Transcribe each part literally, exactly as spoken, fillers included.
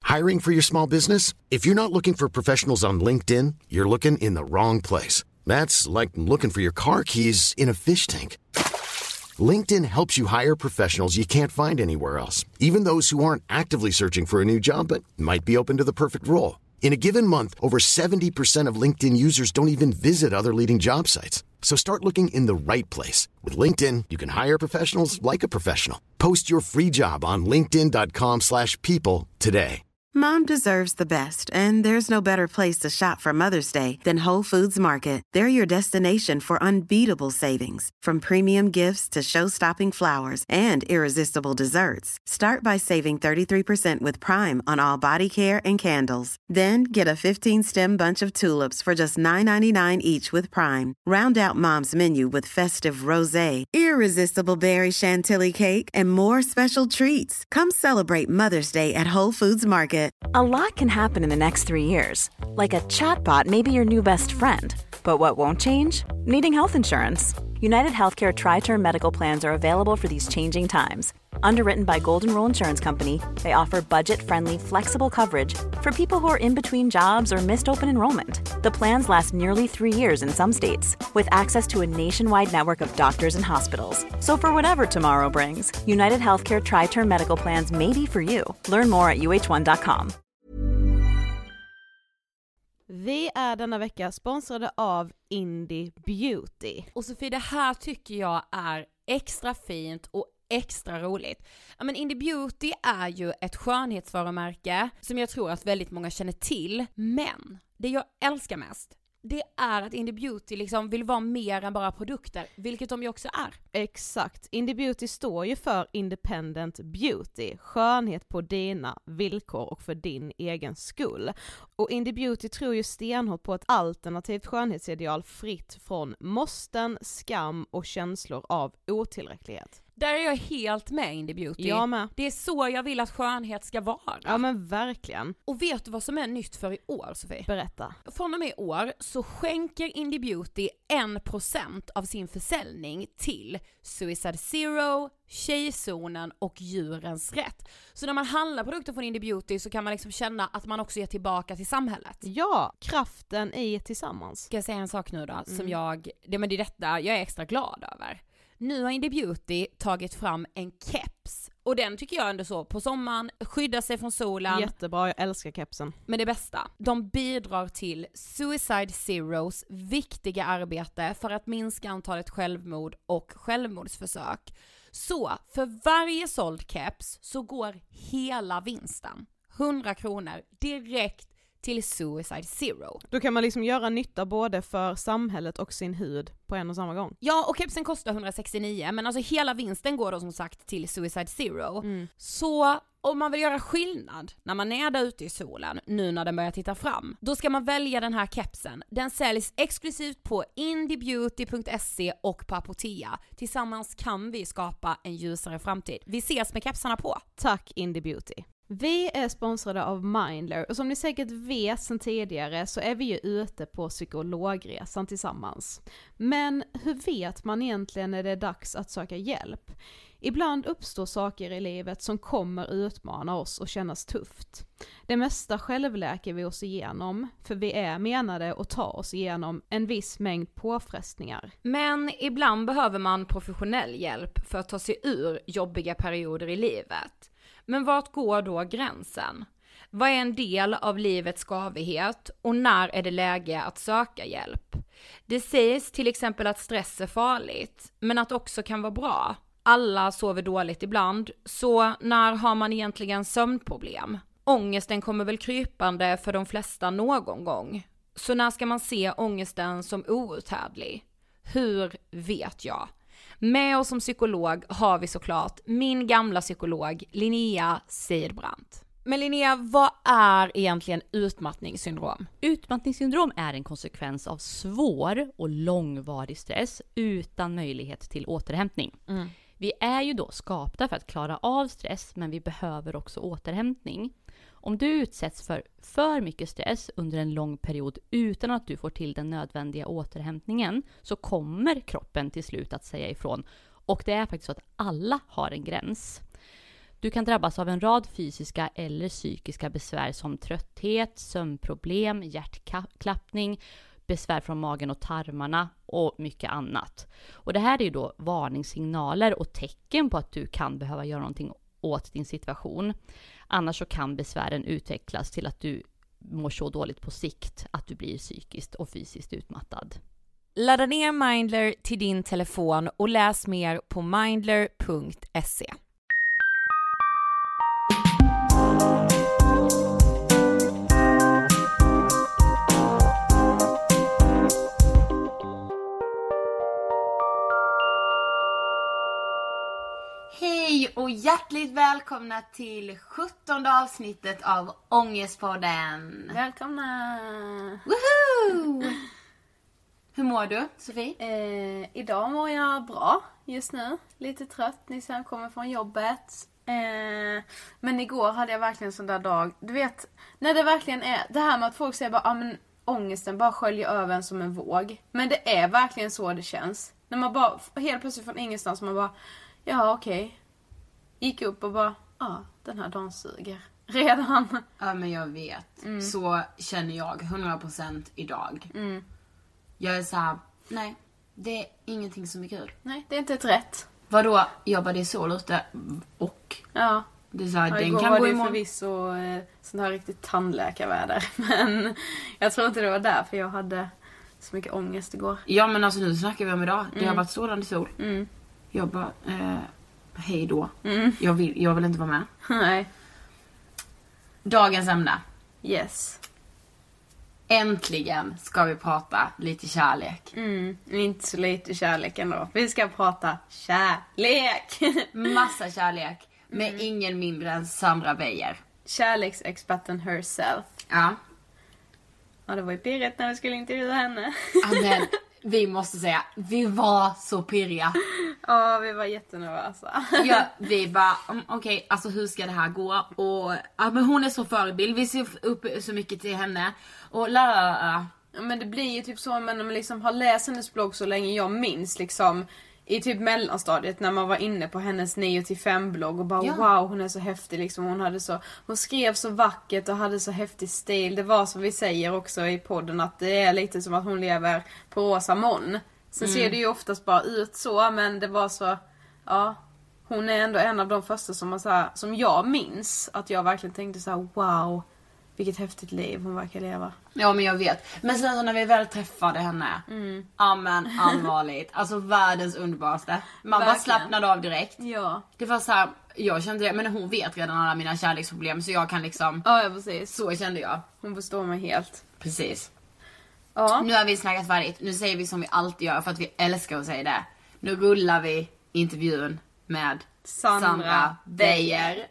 Hiring for your small business? If you're not looking for professionals on LinkedIn, you're looking in the wrong place. That's like looking for your car keys in a fish tank. LinkedIn helps you hire professionals you can't find anywhere else, even those who aren't actively searching for a new job but might be open to the perfect role. In a given month, over seventy percent of LinkedIn users don't even visit other leading job sites. So start looking in the right place. With LinkedIn, you can hire professionals like a professional. Post your free job on linkedin dot com slash people today. Mom deserves the best, and there's no better place to shop for Mother's Day than Whole Foods Market. They're your destination for unbeatable savings, from premium gifts to show-stopping flowers and irresistible desserts. Start by saving thirty-three percent with Prime on all body care and candles. Then get a fifteen-stem bunch of tulips for just nine ninety-nine each with Prime. Round out Mom's menu with festive rosé, irresistible berry chantilly cake, and more special treats. Come celebrate Mother's Day at Whole Foods Market. A lot can happen in the next three years. Like a chatbot may be your new best friend. But what won't change? Needing health insurance. United Healthcare Tri-Term Medical Plans are available for these changing times. Underwritten by Golden Rule Insurance Company, they offer budget-friendly, flexible coverage for people who are in between jobs or missed open enrollment. The plans last nearly three years in some states, with access to a nationwide network of doctors and hospitals. So for whatever tomorrow brings, United Healthcare Tri-Term Medical Plans may be for you. Learn more at u h one dot com. Vi är denna vecka sponsrade av Indie Beauty. Och Sofie, det här tycker jag är extra fint och extra roligt. Ja, men Indie Beauty är ju ett skönhetsvarumärke som jag tror att väldigt många känner till. Men det jag älskar mest, det är att Indie Beauty liksom vill vara mer än bara produkter, vilket de ju också är. Exakt. Indie Beauty står ju för Independent Beauty, skönhet på dina villkor och för din egen skull. Och Indie Beauty tror ju stenhårt på ett alternativt skönhetsideal fritt från måsten, skam och känslor av otillräcklighet. Där är jag helt med Indie Beauty. Jag med. Det är så jag vill att skönhet ska vara. Ja men verkligen. Och vet du vad som är nytt för i år, Sofie? Berätta. Från och med i år så skänker Indie Beauty en procent av sin försäljning till Suicide Zero, Tjejzonen och Djurens Rätt. Så när man handlar produkter från Indie Beauty så kan man liksom känna att man också ger tillbaka till samhället. Ja, kraften i tillsammans. Ska jag säga en sak nu då? Mm. Som jag, det, men det är detta jag är extra glad över. Nu har Indie Beauty tagit fram en keps. Och den tycker jag ändå så på sommaren, skydda sig från solen. Jättebra, jag älskar kepsen. Men det bästa, de bidrar till Suicide Zeros viktiga arbete för att minska antalet självmord och självmordsförsök. Så för varje såld keps så går hela vinsten, hundra kronor, direkt till Suicide Zero. Då kan man liksom göra nytta både för samhället och sin hud på en och samma gång. Ja, och kepsen kostar hundrasextionio, men alltså hela vinsten går då som sagt till Suicide Zero. Mm. Så om man vill göra skillnad när man är där ute i solen, nu när den börjar titta fram, då ska man välja den här kepsen. Den säljs exklusivt på indiebeauty punkt se och på Apotea. Tillsammans kan vi skapa en ljusare framtid. Vi ses med kepsarna på. Tack Indie Beauty. Vi är sponsrade av Mindler och som ni säkert vet sedan tidigare så är vi ju ute på psykologresan tillsammans. Men hur vet man egentligen när det är dags att söka hjälp? Ibland uppstår saker i livet som kommer utmana oss och kännas tufft. Det mesta självläker vi oss igenom, för vi är menade att ta oss igenom en viss mängd påfrestningar. Men ibland behöver man professionell hjälp för att ta sig ur jobbiga perioder i livet. Men vart går då gränsen? Vad är en del av livets skavighet och när är det läge att söka hjälp? Det sägs till exempel att stress är farligt, men att också kan vara bra. Alla sover dåligt ibland, så när har man egentligen sömnproblem? Ångesten kommer väl krypande för de flesta någon gång. Så när ska man se ångesten som outhärdlig? Hur vet jag? Med oss som psykolog har vi såklart min gamla psykolog Linnea Seidbrant. Men Linnea, vad är egentligen utmattningssyndrom? Utmattningssyndrom är en konsekvens av svår och långvarig stress utan möjlighet till återhämtning. Mm. Vi är ju då skapta för att klara av stress, men vi behöver också återhämtning. Om du utsätts för för mycket stress under en lång period utan att du får till den nödvändiga återhämtningen, så kommer kroppen till slut att säga ifrån. Och det är faktiskt så att alla har en gräns. Du kan drabbas av en rad fysiska eller psykiska besvär som trötthet, sömnproblem, hjärtklappning, besvär från magen och tarmarna och mycket annat. Och det här är ju då varningssignaler och tecken på att du kan behöva göra någonting åt din situation. Annars så kan besvären utvecklas till att du mår så dåligt på sikt att du blir psykiskt och fysiskt utmattad. Ladda ner Mindler till din telefon och läs mer på mindler punkt se. Hej och hjärtligt välkomna till sjuttonde avsnittet av Ångestpodden. Välkomna! Woohoo! Hur mår du, Sofie? Eh, idag mår jag bra just nu. Lite trött, ni ser jag kommer från jobbet. Eh, men igår hade jag verkligen en sån där dag. Du vet, när det verkligen är det här med att folk säger bara, ah, men ångesten bara sköljer över en som en våg. Men det är verkligen så det känns. När man bara, helt plötsligt från ingenstans, man bara, ja okej. Okay. Gick upp och bara, ja ah, den här dagen suger. Redan. Ja men jag vet. Mm. Så känner jag hundra procent idag. Mm. Jag är så här, nej, det är ingenting som är kul. Nej, det är inte ett rätt. Vadå? Jag bara, det är sol ute och... Ja. Det är så här, ja, den igår kan var gå det imorgon. förvisso eh, sånt här riktigt tandläkarväder. Men jag tror inte det var därför jag hade så mycket ångest igår. Ja men alltså nu snackar vi om idag. Det mm. har varit strålande sol. Mm. Jag bara, eh, hej då. Mm. Jag, vill, jag vill inte vara med. Nej. Dagens ämne. Yes. Äntligen ska vi prata lite kärlek. Mm, inte så lite kärlek ändå. Vi ska prata kärlek. Massa kärlek. Med mm. ingen mindre än Sandra Beijer. Kärleksexperten herself. Ja. Ja, det var ju pirrigt när vi skulle intervjua henne. Amen. Vi måste säga, vi var så pirriga. Ja, vi var jättenervösa. Ja, vi bara, okej, okay, alltså hur ska det här gå? Och ja, men hon är så förebild, vi ser upp så mycket till henne. Och la. Ja, men det blir ju typ så, men när man liksom har läst hennes blogg så länge, jag minns liksom i typ mellanstadiet när man var inne på hennes nio till fem blogg och bara ja. Wow, hon är så häftig liksom. Hon hade så, hon skrev så vackert och hade så häftig stil. Det var som vi säger också i podden, att det är lite som att hon lever på rosa moln. Sen mm. ser det ju oftast bara ut så, men det var så, ja, hon är ändå en av de första som, man så här, som jag minns att jag verkligen tänkte så här: wow, vilket häftigt liv hon verkar leva. Ja, men jag vet. Men sen så när vi väl träffade henne. Mm. Ja, men allvarligt. Alltså världens underbaraste. Man verkligen. Bara slappnade av direkt. Ja. Det var så här, jag kände det, men hon vet redan alla mina kärleksproblem. Så jag kan liksom... Ja, ja, precis. Så kände jag. Hon förstår mig helt. Precis. Ja. Nu har vi snackat färdigt. Nu säger vi som vi alltid gör för att vi älskar att säga det. Nu rullar vi intervjun med Sandra, Sandra Beijer.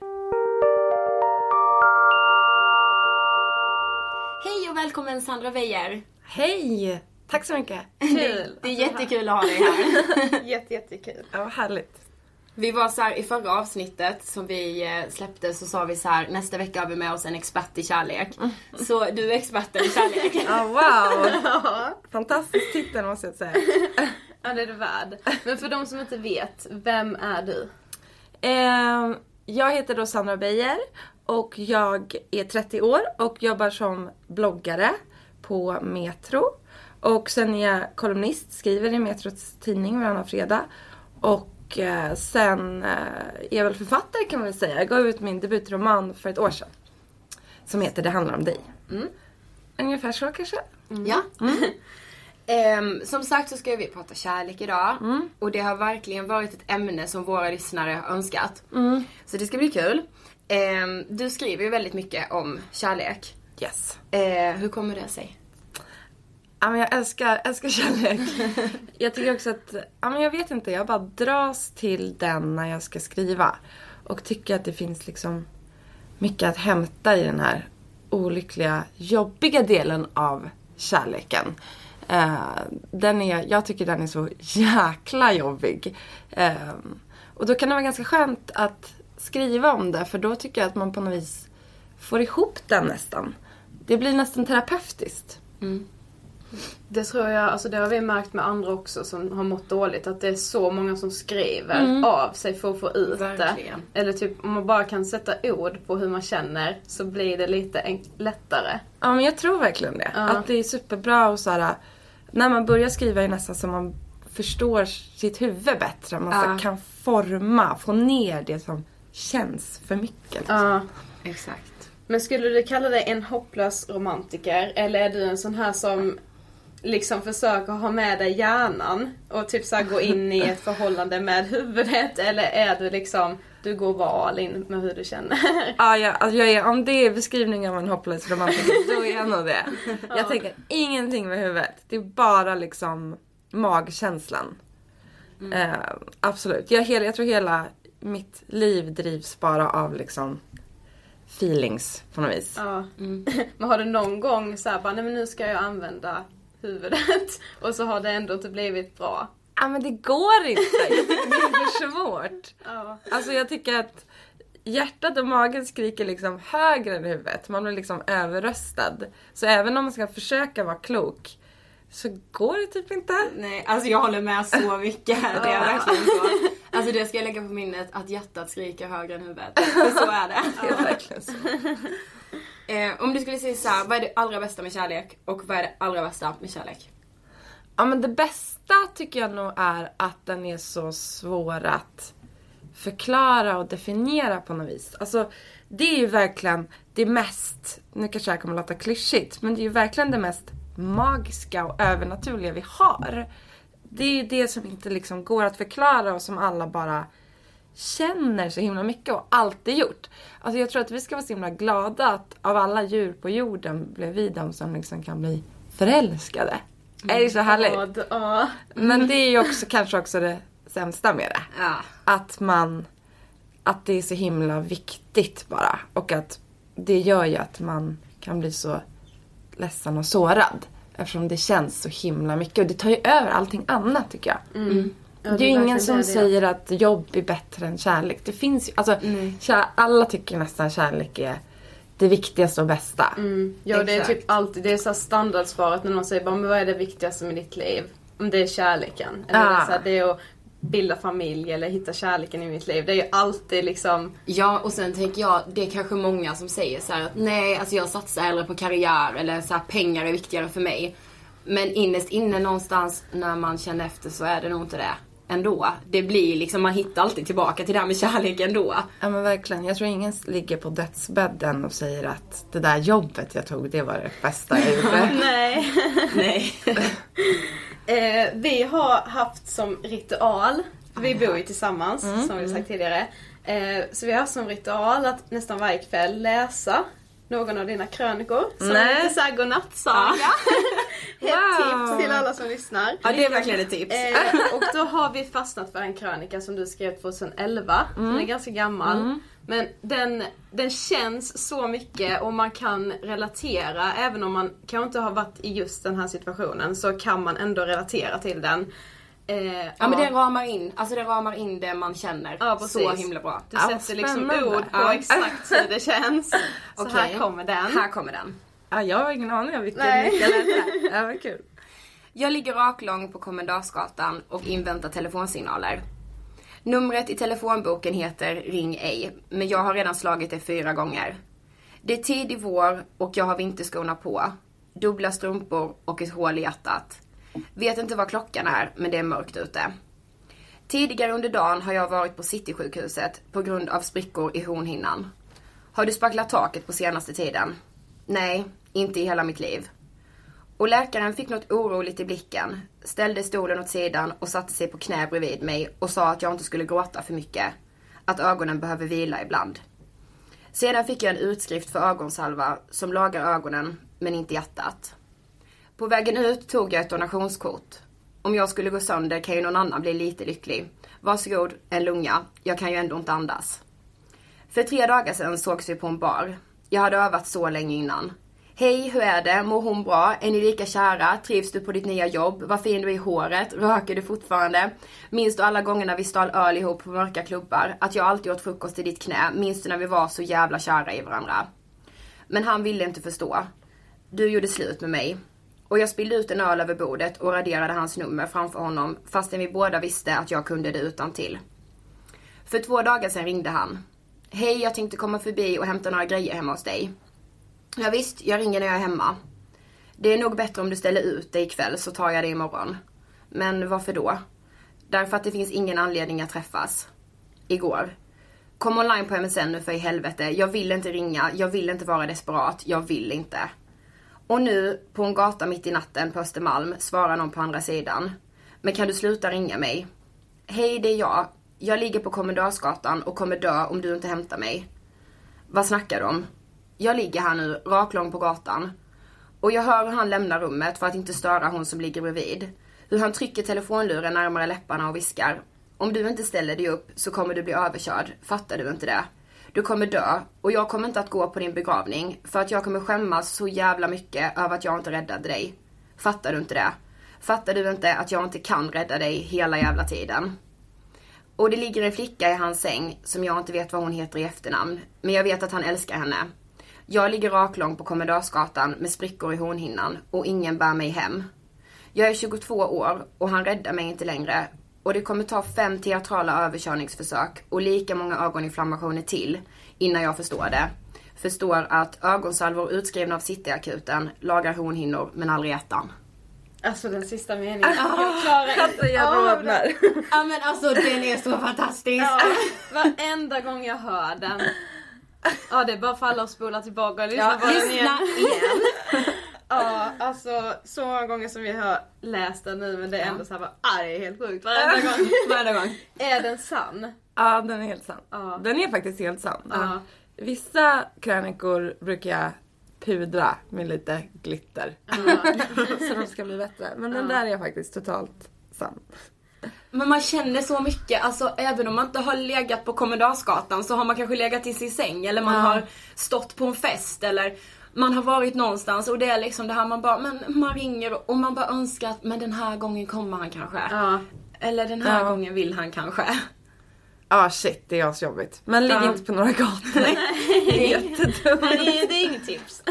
Hej och välkommen Sandra Beijer. Hej! Tack så mycket. Kul. Det är jättekul att ha dig här. Jätte, jättekul. Ja, härligt. Vi var så här, i förra avsnittet som vi släppte så sa vi så här: nästa vecka har vi med oss en expert i kärlek. Så du är experten i kärlek. Ja, oh, wow. Fantastisk titel måste jag säga. Ja, det är du värd. Men för de som inte vet, vem är du? Eh, jag heter då Sandra Beijer och jag är trettio år och jobbar som bloggare på Metro. Och sen är jag kolumnist, skriver i Metros tidning varannan fredag. Och eh, sen eh, är jag väl författare kan man väl säga. Jag gav ut min debutroman för ett år sedan. Som heter Det handlar om dig. Mm. Ungefär så kanske. Mm. Ja. Mm. um, som sagt så ska vi prata kärlek idag. Mm. Och det har verkligen varit ett ämne som våra lyssnare har önskat. Mm. Så det ska bli kul. Um, du skriver ju väldigt mycket om kärlek. Yes. Uh, hur kommer det sig? Ja, men jag älskar, älskar kärlek. Jag tycker också att, ja, men jag vet inte, jag bara dras till den när jag ska skriva. Och tycker att det finns liksom mycket att hämta i den här olyckliga, jobbiga delen av kärleken. Uh, den är, jag tycker den är så jäkla jobbig. Uh, och då kan det vara ganska skönt att skriva om det. För då tycker jag att man på något vis får ihop den nästan. Det blir nästan terapeutiskt. Mm. Det tror jag, alltså det har vi märkt med andra också som har mått dåligt. Att det är så många som skriver Mm. av sig för att få ut Verkligen. det. Eller typ om man bara kan sätta ord på hur man känner så blir det lite en- lättare. Ja, men jag tror verkligen det. Ja. Att det är superbra och så här, när man börjar skriva är det nästan som man förstår sitt huvud bättre. Man så här Ja. kan forma, få ner det som känns för mycket. Liksom. Ja. Exakt. Men skulle du kalla dig en hopplös romantiker? Eller är du en sån här som liksom försöker ha med dig hjärnan och typ så här gå in i ett förhållande med huvudet? Eller är du liksom, du går bara all in med hur du känner? Ja, jag, alltså jag är, om det är beskrivningen av en hopplös romantiker, då är jag nog det. Jag tänker ingenting med huvudet. Det är bara liksom magkänslan. Eh, absolut. Jag, hela, jag tror hela mitt liv drivs bara av liksom feelings på något vis. Ja. Men har du någon gång så här bara, nej men nu ska jag använda huvudet och så har det ändå inte blivit bra? Ja, men det går inte. Jag tycker det är för svårt. Ja. Alltså jag tycker att hjärtat och magen skriker liksom högre än huvudet. Man blir liksom överröstad. Så även om man ska försöka vara klok så går det typ inte. Nej, alltså jag håller med så mycket. Det är verkligen så. Alltså det ska jag lägga på minnet, att hjärtat skriker högre än huvudet. För så är det. Det är verkligen så. Eh, om du skulle säga så här, vad är det allra bästa med kärlek? Och vad är det allra bästa med kärlek? Ja, men det bästa tycker jag nog är att den är så svår att förklara och definiera på något vis. Alltså det är ju verkligen det mest, nu kanske jag kommer låta klyschigt, men det är ju verkligen det mest magiska och övernaturliga vi har. Det är ju det som inte liksom går att förklara och som alla bara känner så himla mycket och alltid gjort. Alltså jag tror att vi ska vara så himla glada att av alla djur på jorden blev vi de som liksom kan bli förälskade. Mm. Är det så härligt? Ja, d- ja. Men det är ju också kanske också det sämsta med det. Ja. Att man, att det är så himla viktigt bara. Och att det gör ju att man kan bli så ledsen och sårad. Eftersom det känns så himla mycket. Och det tar ju över allting annat tycker jag. Mm. Ja, det är ju verkligen ingen som det, det. säger att jobb är bättre än kärlek. Det finns ju, alltså kär, alla tycker nästan kärlek är det viktigaste och bästa. Mm. Ja, det är Exakt. typ alltid, det är så här standardsvaret när någon säger bara, men vad är det viktigaste med ditt liv? Om det är kärleken. Eller Ah. det, är så här, det är att bilda familj eller hitta kärleken i mitt liv. Det är ju alltid liksom... Ja, och sen tänker jag, det är kanske många som säger så här att nej, alltså jag satsar hellre på karriär eller så här, pengar är viktigare för mig. Men innerst inne någonstans när man känner efter så är det nog inte det ändå. Det blir liksom, man hittar alltid tillbaka till det här med kärlek ändå. Ja men verkligen. Jag tror ingen ligger på dödsbädden och säger att det där jobbet jag tog, det var det bästa jag gjorde. Nej. Nej. eh, vi har haft som ritual, vi bor ju tillsammans Mm. som vi sagt tidigare. Eh, så vi har haft som ritual att nästan varje kväll läsa någon av dina krönikor. Som Nej. lite såhär godnattsaga. Ett Wow. tips till alla som lyssnar. Ja, det är verkligen ett tips. Eh, och då har vi fastnat för en krönika som du skrev tjugoelva. Mm. Den är ganska gammal. Men den, den känns så mycket och man kan relatera. Även om man kanske inte har varit i just den här situationen så kan man ändå relatera till den. Eh, Ja, men det ramar in, alltså det ramar in det man känner Ja, precis. så himla bra. Du Ja, sätter liksom spännande. ord på Ja. exakt hur det känns. Så Okej. här kommer den. Här kommer den. Ja, jag har ingen aning om vilken Nej. vilken det är. Ja, vad kul. Jag ligger raklång på Kommendarsgatan och inväntar telefonsignaler. Numret i telefonboken heter Ring ej, men jag har redan slagit det fyra gånger. Det är tidig vår och jag har vinterskorna på. Dubbla strumpor och ett hål i hjärtat. Vet inte vad klockan är, men det är mörkt ute. Tidigare under dagen har jag varit på Citysjukhuset på grund av sprickor i hornhinnan. Har du spacklat taket på senaste tiden? Nej, inte i hela mitt liv. Och läkaren fick något oroligt i blicken, ställde stolen åt sidan och satte sig på knä bredvid mig och sa att jag inte skulle gråta för mycket. Att ögonen behöver vila ibland. Sedan fick jag en utskrift för ögonsalva som lagar ögonen, men inte hjärtat. På vägen ut tog jag ett donationskort. Om jag skulle gå sönder kan ju någon annan bli lite lycklig. Varsågod, en lunga. Jag kan ju ändå inte andas. För tre dagar sedan sågs vi på en bar. Jag hade övat så länge innan. Hej, hur är det? Mår hon bra? Är ni lika kära? Trivs du på ditt nya jobb? Vad fin du är i håret? Röker du fortfarande? Minns du alla gånger när vi stal öl ihop på mörka klubbar? Att jag alltid åt frukost i ditt knä? Minns du när vi var så jävla kära i varandra? Men han ville inte förstå. Du gjorde slut med mig. Och jag spillde ut en öl över bordet och raderade hans nummer framför honom fastän vi båda visste att jag kunde det utan till. För två dagar sedan ringde han. Hej, jag tänkte komma förbi och hämta några grejer hemma hos dig. Ja visst, jag ringer när jag är hemma. Det är nog bättre om du ställer ut det ikväll så tar jag det imorgon. Men varför då? Därför att det finns ingen anledning att träffas. Igår. Kom online på M S N nu för i helvete. Jag vill inte ringa, jag vill inte vara desperat, jag vill inte. Och nu, på en gata mitt i natten på Östermalm, svarar någon på andra sidan. Men kan du sluta ringa mig? Hej, det är jag. Jag ligger på Kommendarsgatan och kommer dö om du inte hämtar mig. Vad snackar du om? Jag ligger här nu, raklång på gatan. Och jag hör hur han lämnar rummet för att inte störa hon som ligger bredvid. Hur han trycker telefonluren närmare läpparna och viskar. Om du inte ställer dig upp så kommer du bli överkörd. Fattar du inte det? Du kommer dö och jag kommer inte att gå på din begravning för att jag kommer skämmas så jävla mycket över att jag inte räddade dig. Fattar du inte det? Fattar du inte att jag inte kan rädda dig hela jävla tiden? Och det ligger en flicka i hans säng som jag inte vet vad hon heter i efternamn. Men jag vet att han älskar henne. Jag ligger raklång på Kommendarsgatan med sprickor i hornhinnan och ingen bär mig hem. Jag är tjugotvå år och han räddar mig inte längre. Och det kommer ta fem teatrala överkörningsförsök och lika många ögoninflammationer till innan jag förstår det. Förstår att ögonsalvor utskrivna av Cityakuten lagar hornhinnor men aldrig ettan. Alltså den sista meningen. Jag klarar alltså jag rodnar. Ja men alltså den är så fantastisk. Ja, varenda gång jag hör den. Ja det är bara falla och spola tillbaka och lyssna ja, på den lyssna igen. igen. Ja, alltså så många gånger som vi har läst den nu men det är ändå så här bara, ah, det är helt sjukt varenda gång. Varenda gång. Är den sann? Ja, den är helt sann. Ja. Den är faktiskt helt sann. Ja. Vissa krönikor brukar jag pudra med lite glitter. Ja. Så de ska bli bättre. Men den där är faktiskt totalt sann. Men man känner så mycket, alltså även om man inte har legat på Kommendarsgatan så har man kanske legat i sin säng eller man ja. har stått på en fest eller man har varit någonstans och det är liksom det här man bara, men man ringer och man bara önskar att men den här gången kommer han kanske. Ja. Eller den här ja. gången vill han kanske. Ja ah, shit, det är jobbigt. Men ligg ja. inte på några gator. Det är jättedumt. Nej, det är inget tips.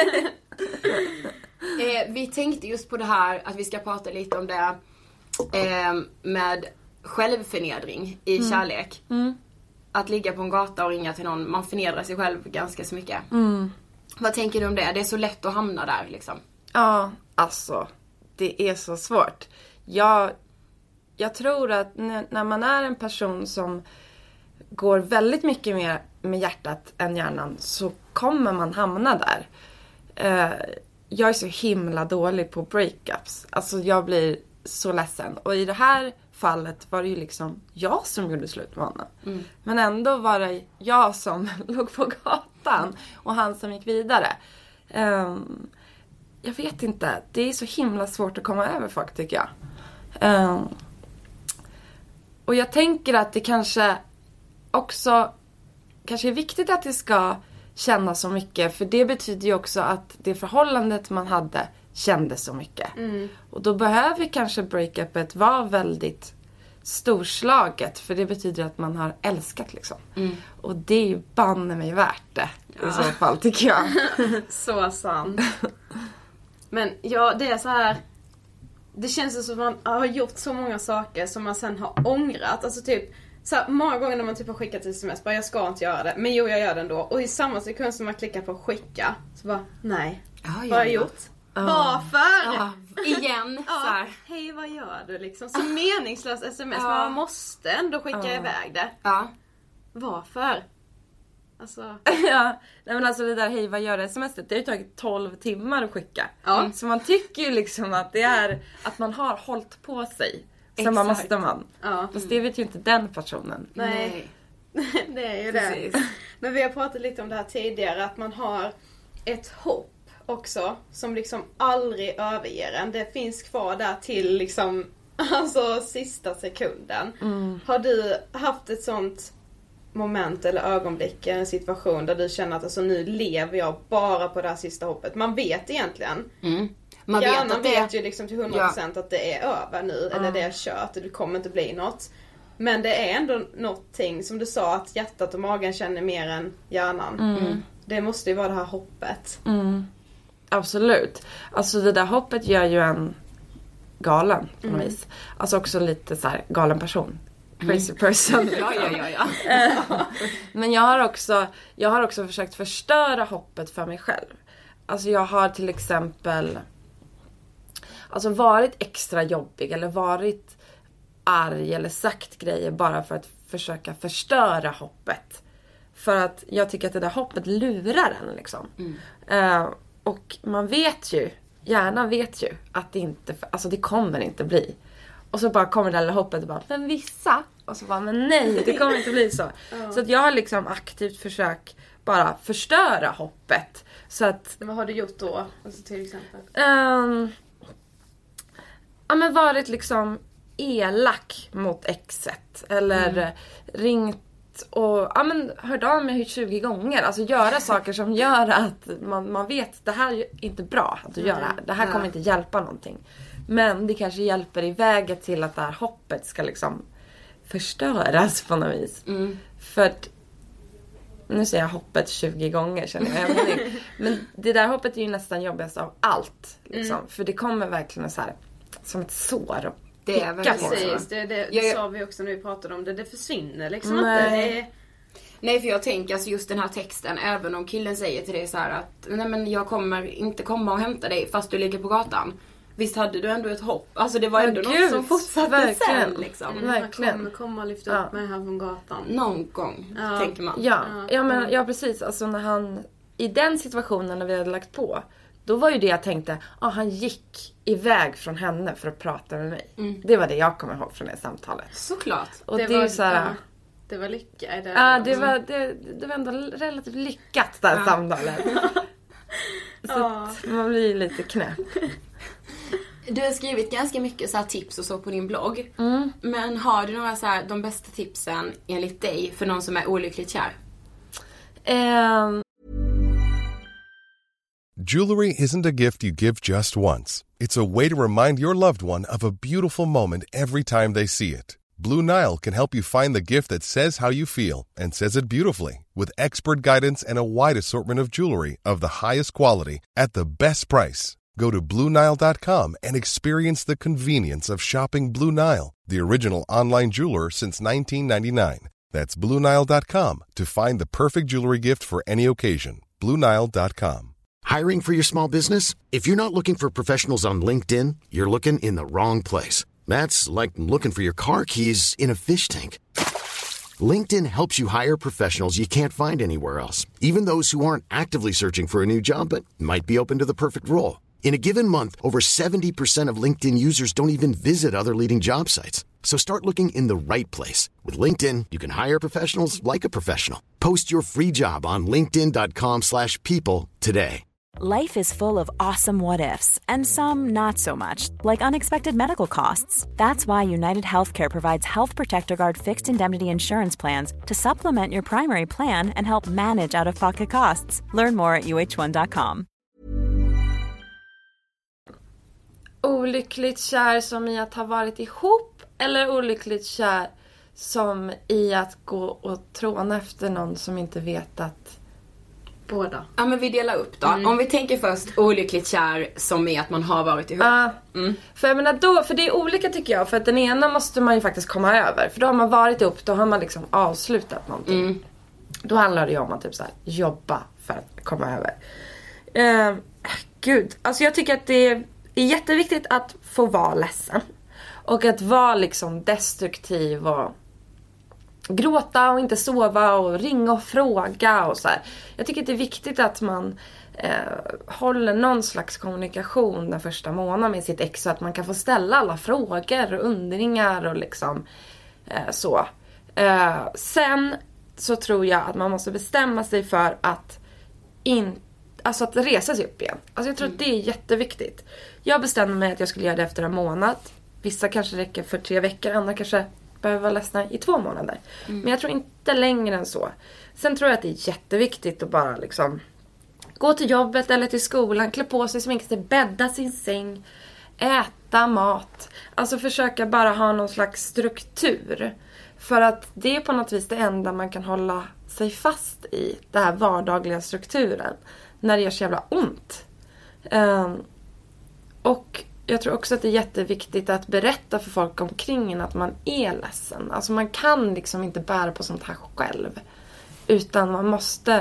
eh, vi tänkte just på det här att vi ska prata lite om det eh, med självförnedring i mm. kärlek. Mm. Att ligga på en gata och ringa till någon, man förnedrar sig själv ganska så mycket. Mm. Vad tänker du om det? Det är så lätt att hamna där liksom. Ja, alltså det är så svårt. Jag, jag tror att n- när man är en person som går väldigt mycket mer med hjärtat än hjärnan så kommer man hamna där. Uh, jag är så himla dålig på breakups. Alltså jag blir så ledsen. Och i det här fallet var det ju liksom jag som gjorde slut med honom. Mm. Men ändå var det jag som låg på gatan och han som gick vidare. Um, jag vet inte. Det är så himla svårt att komma över folk tycker jag. Um, och jag tänker att det kanske också kanske är viktigt att det ska kännas så mycket. För det betyder ju också att det förhållandet man hade kände så mycket. Mm. Och då behöver kanske breakupet vara väldigt storslaget. För det betyder att man har älskat liksom. Mm. Och det är ju banne mig värt det. Ja. I så fall tycker jag. Så sant. Men ja, det är så här. Det känns som att man har gjort så många saker som man sen har ångrat. Alltså typ så här, många gånger när man typ har skickat till sms bara jag ska inte göra det. Men jo, jag gör det ändå. Och i samma sekund som man klickar på skicka så bara, nej. Ja, vad har jag gjort? Uh. Varför? Uh. Igen. Ja, så här. Hej, vad gör du liksom? Så meningslös sms. Uh. Men man måste ändå skicka uh. iväg det. Ja. Uh. Varför? Alltså. Ja, nej men alltså det där hej vad gör det smset, det har ju tagit tolv timmar att skicka. Ja. Mm. Så man tycker ju liksom att det är att man har hållit på sig. Så man måste man. Ja. Fast det vet ju inte den personen. Nej. Det är ju det. Precis. Men vi har pratat lite om det här tidigare, att man har ett hopp också som liksom aldrig överger en. Det finns kvar där till liksom alltså sista sekunden. Mm. Har du haft ett sånt moment eller ögonblick, en situation där du känner att alltså, nu lever jag bara på det här sista hoppet? Man vet egentligen. Mm. Man Hjärnan vet, att det... vet ju liksom till hundra procent ja. Att det är över nu. Mm. Eller det är kört och det kommer inte bli något. Men det är ändå någonting som du sa, att hjärtat och magen känner mer än hjärnan. Mm. Det måste ju vara det här hoppet. Mm. absolut. Alltså det där hoppet gör ju en galen på något vis. Alltså också lite så här galen person. Crazy person. ja, ja, ja, ja. Men jag har också jag har också försökt förstöra hoppet för mig själv. Alltså jag har till exempel alltså varit extra jobbig eller varit arg eller sagt grejer bara för att försöka förstöra hoppet. För att jag tycker att det där hoppet lurar en liksom. Mm. Uh, och man vet ju, hjärnan vet ju att det inte, alltså det kommer inte bli. Och så bara kommer det där hoppet och bara, men vissa. Och så bara, men nej, det kommer inte bli så. Ja. Så att jag har liksom aktivt försökt bara förstöra hoppet. Så att... Vad har du gjort då? Alltså till exempel? Um, ja men varit liksom elak mot exet. Eller mm. ringt och ja men hört av mig tjugo gånger. Alltså göra saker som gör att man, man vet det här är inte bra att du gör det här. Det här kommer inte hjälpa någonting. Men det kanske hjälper i vägen till att det här hoppet ska liksom förstöras på något vis. Mm. För att, nu säger jag hoppet tjugo gånger känner jag. Men det där hoppet är ju nästan jobbigast av allt. Liksom. Mm. För det kommer verkligen så här som ett sår och det är precis, det, det jag, sa vi också när vi pratade om det. Det försvinner liksom nej. inte. Det... Nej, för jag tänker alltså just den här texten, även om killen säger till dig så här att nej men jag kommer inte komma och hämta dig fast du ligger på gatan. Visst hade du ändå ett hopp. Alltså det var ändå oh, något Gud, som fortsatte verkligen. sen liksom. Mm, verkligen. Jag kommer komma och lyfta ja. upp mig här från gatan. Någon gång, ja. tänker man. Ja, ja, men, ja precis. Alltså när han, i den situationen när vi hade lagt på, då var ju det jag tänkte, ah, han gick iväg från henne för att prata med mig. Mm. Det var det jag kommer ihåg från det samtalet. Såklart. Och det, det var, är så här, ja, det var lycka i det. Ja, det var, det, det var ändå relativt lyckat det här ja. samtalet. Så ja. man blir lite knäpp. Du har skrivit ganska mycket så här tips och så på din blogg. Mm. Men har du några så här, de bästa tipsen enligt dig för någon som är olyckligt kär? Um... Jewelry isn't a gift you give just once. It's a way to remind your loved one of a beautiful moment every time they see it. Blue Nile can help you find the gift that says how you feel and says it beautifully with expert guidance and a wide assortment of jewelry of the highest quality at the best price. Go to Blue Nile dot com and experience the convenience of shopping Blue Nile, the original online jeweler since nineteen ninety-nine. That's Blue Nile dot com to find the perfect jewelry gift for any occasion. Blue Nile dot com. Hiring for your small business? If you're not looking for professionals on LinkedIn, you're looking in the wrong place. That's like looking for your car keys in a fish tank. LinkedIn helps you hire professionals you can't find anywhere else, even those who aren't actively searching for a new job but might be open to the perfect role. In a given month, over seventy percent of LinkedIn users don't even visit other leading job sites. So start looking in the right place. With LinkedIn, you can hire professionals like a professional. Post your free job on linkedin dot com slash people today. Life is full of awesome what-ifs, and some not so much, like unexpected medical costs. That's why United Healthcare provides Health Protector Guard fixed indemnity insurance plans to supplement your primary plan and help manage out-of-pocket costs. Learn more at u h one dot com. Olyckligt kär som i att ha varit ihop, eller olyckligt kär som i att gå och tråna efter någon som inte vet att... Båda. Ja, men vi delar upp då. Mm. Om vi tänker först olyckligt kär som är att man har varit ihop. Ja, mm. för jag menar då, för det är olika tycker jag. För att den ena måste man ju faktiskt komma över. För då har man varit ihop, då har man liksom avslutat någonting. Mm. Då handlar det ju om att typ så här, jobba för att komma över. Uh, gud, alltså jag tycker att det är jätteviktigt att få vara ledsen. Och att vara liksom destruktiv och... gråta och inte sova och ringa och fråga och så här. Jag tycker att det är viktigt att man eh, håller någon slags kommunikation den första månaden med sitt ex så att man kan få ställa alla frågor och undringar och liksom eh, så. Eh, sen så tror jag att man måste bestämma sig för att in, alltså att resa sig upp igen. Alltså jag tror mm. att det är jätteviktigt. Jag bestämde mig att jag skulle göra det efter en månad. Vissa kanske räcker för tre veckor, andra kanske behöver vara ledsna i två månader. Mm. Men jag tror inte längre än så. Sen tror jag att det är jätteviktigt att bara liksom gå till jobbet eller till skolan, klä på sig, sminka sig, bädda sin säng, äta mat. Alltså försöka bara ha någon slags struktur. För att det är på något vis det enda man kan hålla sig fast i. Den här vardagliga strukturen. När det gör så jävla ont. Um, och jag tror också att det är jätteviktigt att berätta för folk omkring en att man är ledsen. Alltså man kan liksom inte bära på sånt här själv. Utan man måste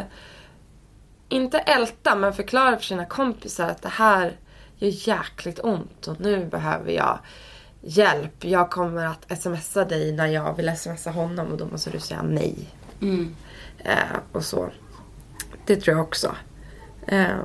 inte älta, men förklara för sina kompisar att det här gör jäkligt ont och nu behöver jag hjälp. Jag kommer att smsa dig när jag vill smsa honom och då måste du säga nej. Mm. Eh, och så. Det tror jag också. Eh,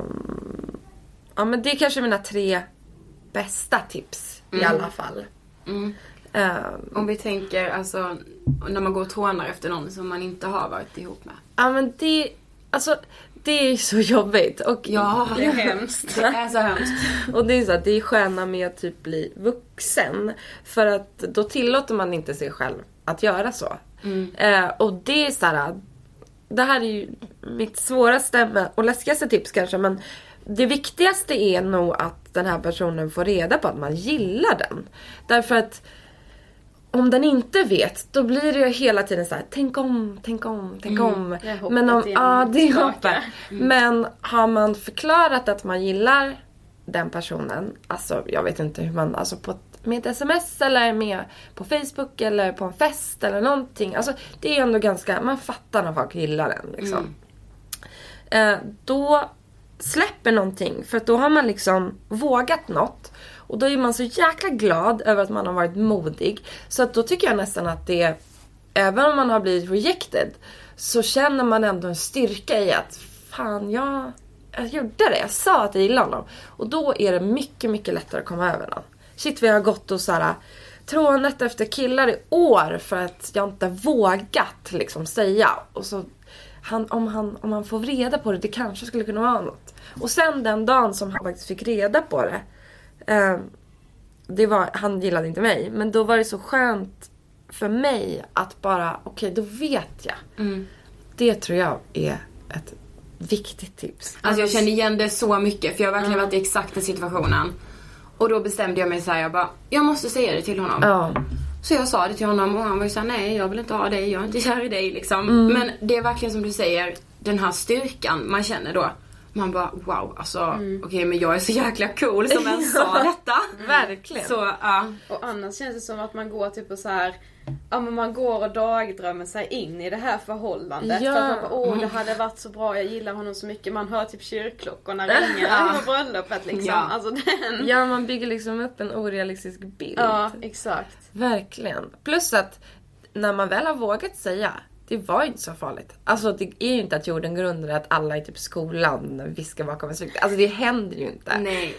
ja, men det är kanske mina tre bästa tips mm. i alla fall. Mm. Um, Om vi tänker alltså när man går och trånar efter någon som man inte har varit ihop med. Ja, men det alltså det är så jobbigt och ja, det är hemskt. Det är så hemskt. Och det är så att det är sköna med att typ bli vuxen för att då tillåter man inte sig själv att göra så. Mm. Eh, och det är så här, det här är ju mitt svåraste och läskigaste tips kanske, men det viktigaste är nog att den här personen får reda på att man gillar den. Därför att om den inte vet, då blir det ju hela tiden så här: tänk om, tänk om, tänk mm. om. Men om, ja, det är hoppet. Mm. Men har man förklarat att man gillar den personen, alltså jag vet inte hur man, alltså på med ett sms eller med på Facebook eller på en fest eller någonting. Alltså det är ändå ganska, man fattar när folk gillar den liksom. Mm. Eh, då släpper någonting, för att då har man liksom vågat något. Och då är man så jäkla glad över att man har varit modig. Så att då tycker jag nästan att det, även om man har blivit rejected, så känner man ändå en styrka i att fan, jag, jag gjorde det. Jag sa att jag gillar honom. Och då är det mycket, mycket lättare att komma över någon. Shit, vi har gått och såhär trånat efter killar i år för att jag inte vågat liksom säga. Och så han, om, han, om han får reda på det, det kanske skulle kunna vara något. Och sen den dagen som han faktiskt fick reda på det, eh, det var, han gillade inte mig, men då var det så skönt för mig att bara, okej, okay, då vet jag. Mm. Det tror jag är ett viktigt tips. Alltså jag känner igen det så mycket, för jag har verkligen mm. varit i exakt den situationen. Och då bestämde jag mig så här, jag bara, jag måste säga det till honom. Ja. Så jag sa det till honom och han var ju såhär, nej jag vill inte ha dig, jag är inte kär i dig liksom. Mm. Men det är verkligen som du säger, den här styrkan man känner då. Man bara, wow, alltså mm. okej, okay, men jag är så jäkla cool som ens sa detta. Verkligen. Så, ja. Och annars känns det som att man går typ och så här, ja men man går och dagdrömmer sig in i det här förhållandet. Ja. För att man bara, åh det hade varit så bra, jag gillar honom så mycket. Man hör typ kyrkklockorna ringa ja. på bröllopet liksom. Ja. Alltså den. Ja, man bygger liksom upp en orealistisk bild. Ja, exakt. Verkligen. Plus att när man väl har vågat säga, det var ju inte så farligt. Alltså det är ju inte att jorden går under, att alla i typ skolan viskar bakom en slykt. Alltså det händer ju inte. Nej.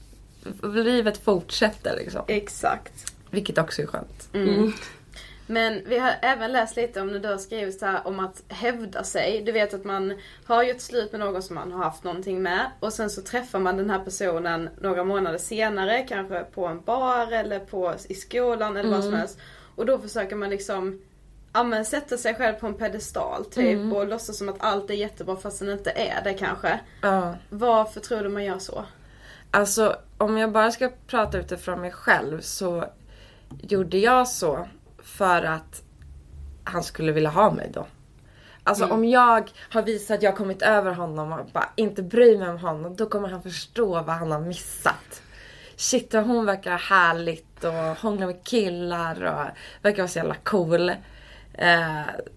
Livet fortsätter liksom. Exakt. Vilket också är skönt. Mm. Mm. Men vi har även läst lite om när du har skrivit så här om att hävda sig. Du vet att man har gjort slut med någon som man har haft någonting med. Och sen så träffar man den här personen några månader senare. Kanske på en bar eller på, i skolan eller mm. vad som helst. Och då försöker man liksom ja, men sätta sig själv på en pedestal typ. Mm. Och låtsas som att allt är jättebra fast den inte är det kanske. Ja. Varför tror du man gör så? Alltså om jag bara ska prata utifrån mig själv, så gjorde jag så för att han skulle vilja ha mig då. Alltså mm. om jag har visat att jag har kommit över honom och bara inte bryr mig om honom, då kommer han förstå vad han har missat. Shit, och hon verkar härligt och hånglar med killar och verkar vara så jävla cool. Eh,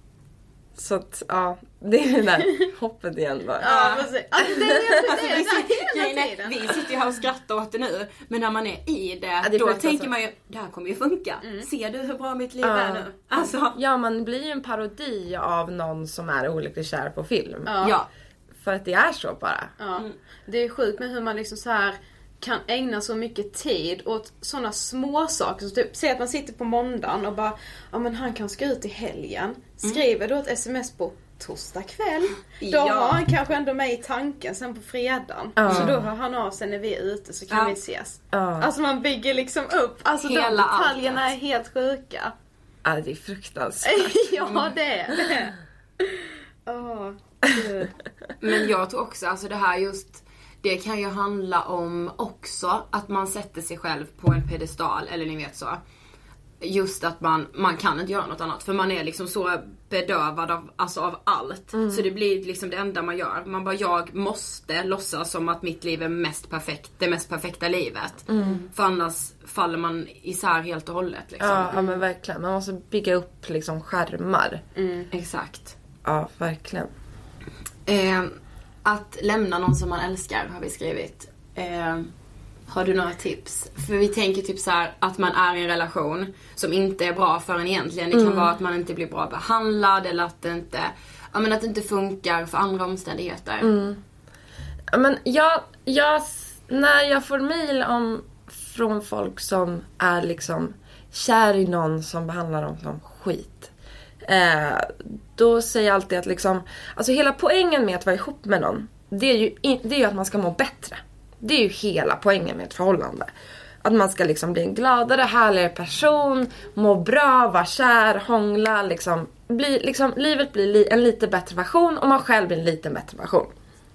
så att, ja, det är det där hoppet igen bara. Ja, precis. Alltså, det är det, det, är det, det, vi sitter ju här och skrattar åt det nu, men när man är i det, ja, det då tänker alltså. man ju, det här kommer ju funka. Mm. Ser du hur bra mitt liv ja. är nu? Alltså. Ja, man blir ju en parodi av någon som är olyckligt kär på film. Ja. ja. För att det är så bara. Ja. Mm. Det är sjukt med hur man liksom så här kan ägna så mycket tid åt sådana små saker. Så typ, säg att man sitter på måndagen och bara, ja men han kan ska ut i helgen. Skriver mm. då ett sms på torsdag kväll. Då ja. har han kanske ändå med i tanken sen på fredagen. Uh. Så då hör han av sig när vi är ute så kan uh. vi ses. Uh. Alltså man bygger liksom upp. Alltså hela de detaljerna allt. Är helt sjuka. Ja, det är fruktansvärt. Ja, det är det. Oh, men jag tror också, alltså det här just, det kan ju handla om också att man sätter sig själv på en pedestal, eller ni vet så. just att man, man kan inte göra något annat. För man är liksom så bedövad av, alltså av allt. Mm. Så det blir liksom det enda man gör. Man bara, jag måste låtsas som att mitt liv är mest perfekt. Det mest perfekta livet. Mm. För annars faller man isär helt och hållet. Liksom. Ja, ja, men verkligen. Man måste bygga upp liksom skärmar. Mm. Exakt. Ja, verkligen. Eh, att lämna någon som man älskar har vi skrivit. Eh, har du några tips? För vi tänker typ så här att man är i en relation som inte är bra för en egentligen. Det kan mm. vara att man inte blir bra behandlad eller att det inte, ja, men att det inte funkar för andra omständigheter. Mm. Ja, men jag, jag, när jag får mejl om från folk som är liksom kär i någon som behandlar dem som skit. Eh, då säger jag alltid att liksom, alltså hela poängen med att vara ihop med någon, det är ju, det är ju att man ska må bättre. Det är ju hela poängen med ett förhållande. Att man ska liksom bli en gladare, härligare person, må bra, vara kär, hångla, liksom, bli, liksom livet blir li, en lite bättre version och man själv blir en lite bättre version.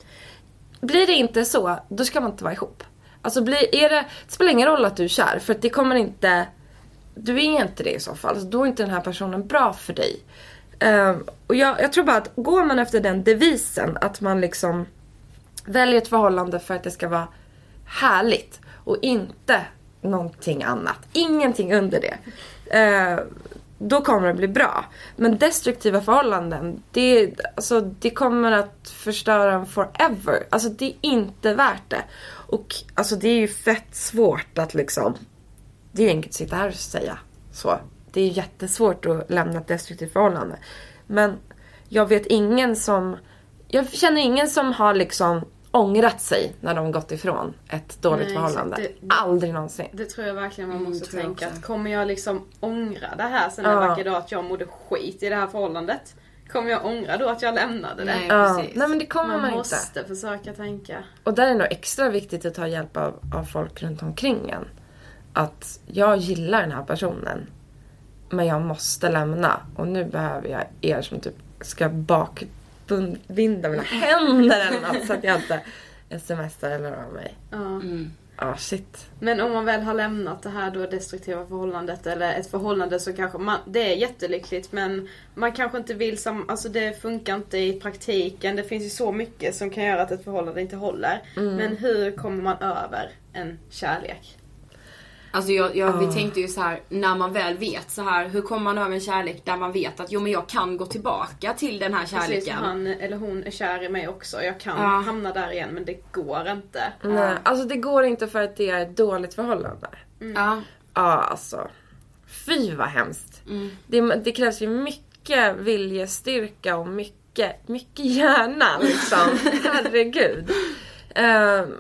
Blir det inte så, då ska man inte vara ihop. Alltså blir, är det, det spelar ingen roll att du är kär, för att det kommer inte, du är inte det i så fall. Alltså, då är inte den här personen bra för dig. Um, och jag, jag tror bara att går man efter den devisen, att man liksom väljer ett förhållande för att det ska vara härligt och inte någonting annat, ingenting under det, uh, då kommer det bli bra. Men destruktiva förhållanden, det, alltså, det kommer att förstöra en forever. Alltså det är inte värt det. Och alltså det är ju fett svårt att liksom, det är ju enkelt att sitta här och säga så. Det är jättesvårt att lämna ett destruktivt förhållande. Men jag vet ingen som, jag känner ingen som har liksom ångrat sig när de gått ifrån ett dåligt Nej, förhållande. Det, det, Aldrig någonsin. Det tror jag verkligen man måste mm, tänka. Att kommer jag liksom ångra det här sen en ja. vacker dag att jag mådde skit i det här förhållandet? Kommer jag ångra då att jag lämnade det? Nej, ja. precis. Nej men det kommer man, man inte. Man måste försöka tänka. Och där är det nog extra viktigt att ta hjälp av, av folk runt omkring en. Att jag gillar den här personen, men jag måste lämna. Och nu behöver jag er som typ ska bakbinda mina händer eller något, så att jag inte smsar eller av mig. Ja. Mm. Ah, shit. Men om man väl har lämnat det här då destruktiva förhållandet, eller ett förhållande, så kanske man, det är jättelyckligt, men man kanske inte vill som, alltså det funkar inte i praktiken. Det finns ju så mycket som kan göra att ett förhållande inte håller. Mm. Men hur kommer man över en kärlek? Alltså jag, jag, vi tänkte ju så här, när man väl vet så här, hur kommer man över en kärlek där man vet att jo men jag kan gå tillbaka till den här kärleken. Precis, han eller hon är kär i mig också. Jag kan ja. hamna där igen, men det går inte. Nej, alltså det går inte för att det är ett dåligt förhållande. Mm. Ja. Ja, alltså. Fy vad hemskt. Mm. Det, det krävs ju mycket viljestyrka och mycket, mycket hjärna liksom. Herregud. Um,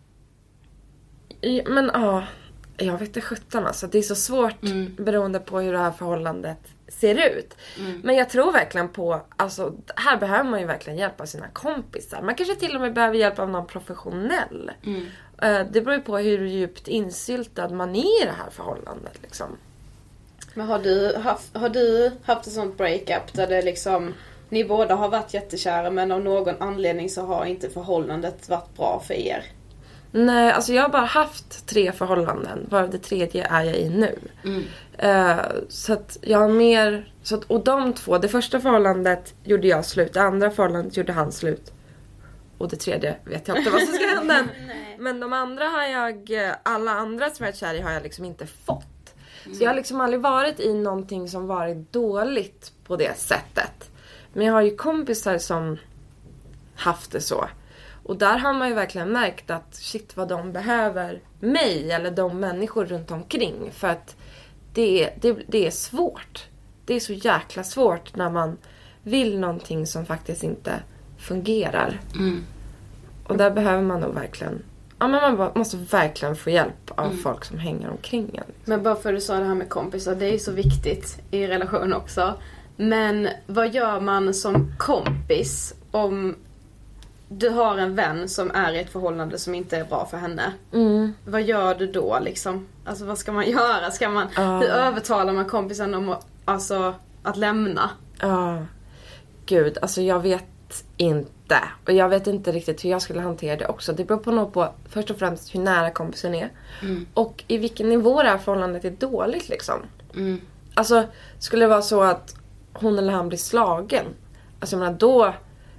men ja. Jag vet inte sjutton alltså. Det är så svårt mm. beroende på hur det här förhållandet ser ut. Mm. Men jag tror verkligen på, alltså här behöver man ju verkligen hjälpa sina kompisar. Man kanske till och med behöver hjälp av någon professionell. Mm. Uh, det beror ju på hur djupt insyltad man är i det här förhållandet liksom. Men har du haft, har du haft ett sånt breakup där det liksom, ni båda har varit jättekära, men av någon anledning så har inte förhållandet varit bra för er? Nej, alltså jag har bara haft tre förhållanden. Varav det tredje är jag i nu. Mm. Uh, så att jag har mer... Så att, och de två, det första förhållandet gjorde jag slut. Det andra förhållandet gjorde han slut. Och det tredje vet jag inte vad som ska hända. Men de andra har jag... Alla andra som jag är kär i har jag liksom inte fått. Mm. Så jag har liksom aldrig varit i någonting som varit dåligt på det sättet. Men jag har ju kompisar som haft det så. Och där har man ju verkligen märkt att shit vad de behöver mig eller de människor runt omkring. För att det är, det, det är svårt. Det är så jäkla svårt när man vill någonting som faktiskt inte fungerar. Mm. Och där behöver man nog verkligen, ja men man måste verkligen få hjälp av mm. folk som hänger omkring en. Men bara för att du sa det här med kompisar, det är ju så viktigt i relation också. Men vad gör man som kompis om du har en vän som är i ett förhållande som inte är bra för henne? Mm. Vad gör du då liksom? Alltså vad ska man göra? Ska man, uh. Hur övertalar man kompisen om att, alltså, att lämna? Ja, uh. Gud, alltså jag vet inte. Och jag vet inte riktigt hur jag skulle hantera det också. Det beror på nog på först och främst hur nära kompisen är. Mm. Och i vilken nivå det här förhållandet är dåligt liksom. Mm. Alltså, skulle det vara så att hon eller han blir slagen. Alltså jag menar, då...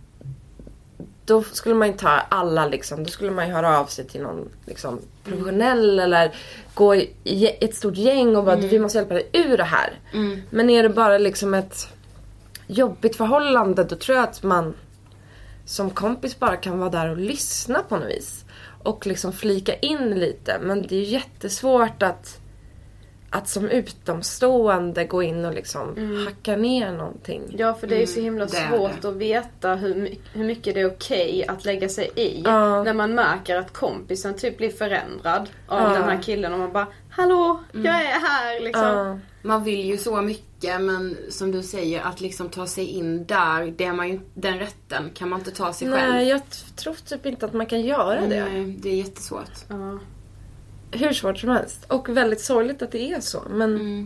Då skulle man ju ta alla liksom. Då skulle man ju höra av sig till någon liksom, professionell. Mm. Eller gå i ett stort gäng och bara, mm. vi måste hjälpa dig ur det här. Mm. Men är det bara liksom ett jobbigt förhållande, då tror jag att man som kompis bara kan vara där och lyssna på något vis. Och liksom flika in lite. Men det är ju jättesvårt att att som utomstående gå in och liksom mm. hacka ner någonting. Ja, för det är ju så himla mm, svårt att veta hur, hur mycket det är okej att lägga sig i. Uh. När man märker att kompisen typ blir förändrad av uh. den här killen och man bara, hallå, mm. jag är här liksom. Uh. Man vill ju så mycket, men som du säger, att liksom ta sig in där, det är man ju, den rätten kan man inte ta sig Nej, själv. Nej, jag tror typ inte att man kan göra det. Nej, det är jättesvårt. Uh. Hur svårt som helst. Och väldigt sorgligt att det är så. Men mm.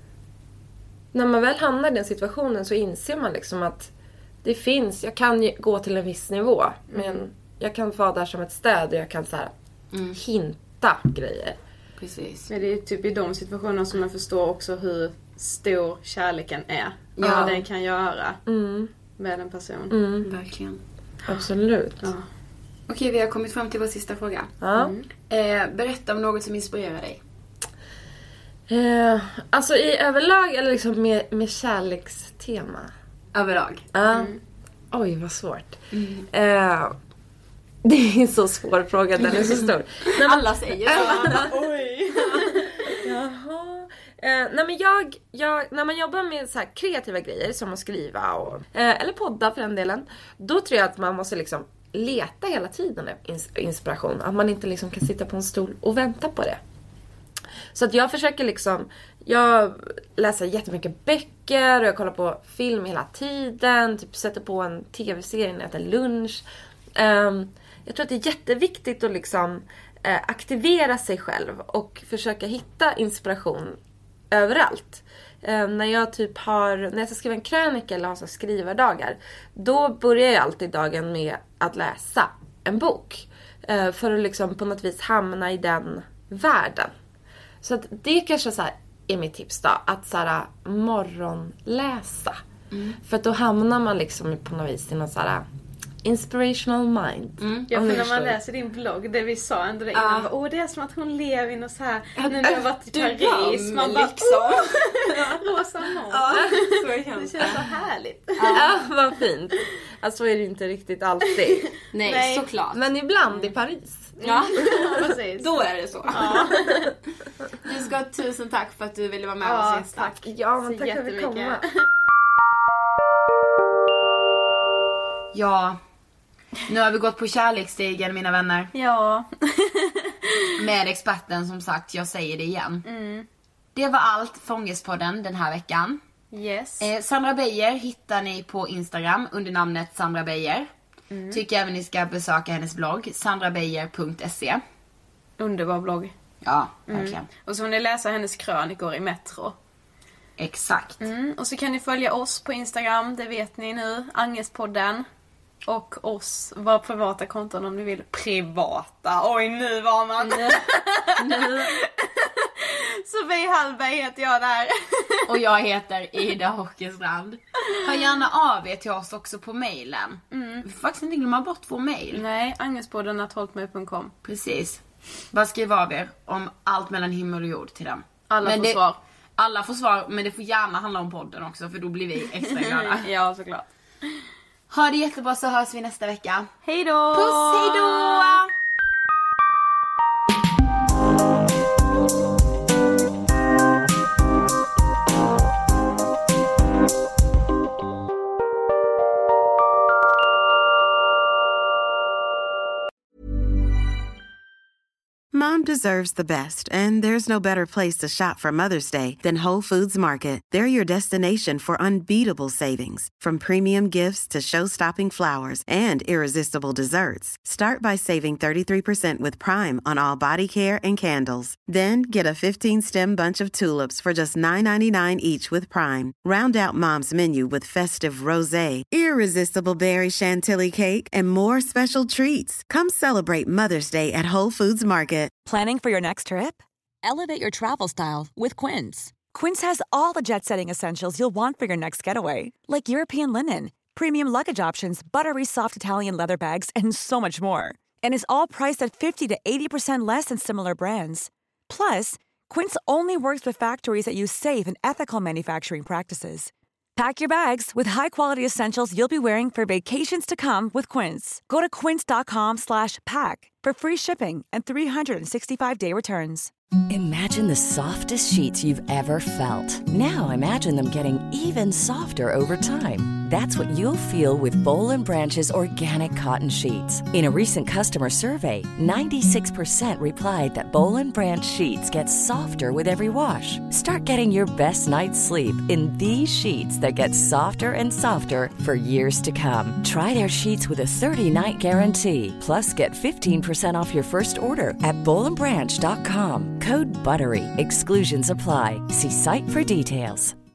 när man väl hamnar i den situationen så inser man liksom att det finns, jag kan gå till en viss nivå. Mm. Men jag kan vara där som ett stöd och jag kan så här mm. hinta grejer. Precis. Men det är typ i de situationerna som man förstår också hur stor kärleken är. Ja. Vad den kan göra mm. med en person. Mm. Verkligen. Absolut. Ja. Okej, vi har kommit fram till vår sista fråga. Ja. Mm. Eh, berätta om något som inspirerar dig. Eh, alltså i överlag eller liksom med, med kärlekstema? Överlag. Ja. Mm. Oj, vad svårt. Mm. Eh, det är en så svår fråga, den är så stor. Nej, alla säger så. Oj. Jaha. Eh, nej men jag, jag, när man jobbar med så här kreativa grejer som att skriva och, eh, eller podda för den delen, då tror jag att man måste liksom leta hela tiden efter inspiration. Att man inte liksom kan sitta på en stol och vänta på det. Så att jag försöker liksom, jag läser jättemycket böcker och jag kollar på film hela tiden. Typ sätter på en tv-serie när jag äter lunch. Um, jag tror att det är jätteviktigt att liksom uh, aktivera sig själv och försöka hitta inspiration överallt. Uh, när jag typ har, när jag ska skriva en krönika eller har så skrivardagar, då börjar jag alltid dagen med att läsa en bok. Uh, för att liksom på något vis hamna i den världen. Så att det kanske så här är mitt tips då. Att så här morgonläsa. Mm. För att då hamnar man liksom på något vis i någon så här inspirational mind. Mm. Ja, för när man läser din blogg, det vi sa ändå innan, ah. var, åh det är som att hon lever i något så här, ja, när du har varit i Paris, man bara, liksom. Rosa mål. Ja, så det känns så härligt. Ja, vad fint. Alltså så är det ju inte riktigt alltid. Nej, Nej, såklart. Men ibland i Paris. Ja, precis. Då är det så. Ja. Du ska ha tusen tack för att du ville vara med ja, oss gästa. Tack. Ja, men tack för att vi komma. Ja, nu har vi gått på kärleksstigen, mina vänner. Ja. Med experten, som sagt, jag säger det igen. Mm. Det var allt för Ångestpodden den här veckan. Yes. Eh, Sandra Beijer hittar ni på Instagram under namnet Sandra Beijer. Mm. Tycker även ni ska besöka hennes blogg sandra beijer punkt se. Underbar blogg. Ja, verkligen. Mm. Och så får ni läsa hennes krönikor i Metro. Exakt. Mm. Och så kan ni följa oss på Instagram, det vet ni nu, Ångestpodden. Och oss, våra privata konton om ni vill. Privata, oj nu var man. Nu. Sofie Hallberg heter jag där. Och jag heter Ida Håkestrand. Hör gärna av er till oss också på mailen. Mm. Vi får faktiskt inte glömma bort vår mail. Nej, angestpodden at hotmail punkt com. Precis. Bara skriv av er om allt mellan himmel och jord till dem. Alla men får det, svar. Alla får svar, men det får gärna handla om podden också, för då blir vi extra glada. Ja, såklart. Ha det jättebra, så hörs vi nästa vecka. Hej då! Puss, hej då! Mom deserves the best, and there's no better place to shop for Mother's Day than Whole Foods Market. They're your destination for unbeatable savings, from premium gifts to show-stopping flowers and irresistible desserts. Start by saving thirty-three percent with Prime on all body care and candles. Then get a fifteen-stem bunch of tulips for just nine ninety-nine each with Prime. Round out Mom's menu with festive rosé, irresistible berry chantilly cake, and more special treats. Come celebrate Mother's Day at Whole Foods Market. Planning for your next trip? Elevate your travel style with Quince. Quince has all the jet-setting essentials you'll want for your next getaway, like European linen, premium luggage options, buttery soft Italian leather bags, and so much more. And is all priced at fifty to eighty percent less than similar brands. Plus, Quince only works with factories that use safe and ethical manufacturing practices. Pack your bags with high-quality essentials you'll be wearing for vacations to come with Quince. Go to quince.com slash pack for free shipping and three sixty-five day returns. Imagine the softest sheets you've ever felt. Now imagine them getting even softer over time. That's what you'll feel with Boll and Branch's organic cotton sheets. In a recent customer survey, ninety-six percent replied that Boll and Branch sheets get softer with every wash. Start getting your best night's sleep in these sheets that get softer and softer for years to come. Try their sheets with a thirty night guarantee. Plus, get fifteen percent off your first order at boll and branch dot com. Code BUTTERY. Exclusions apply. See site for details.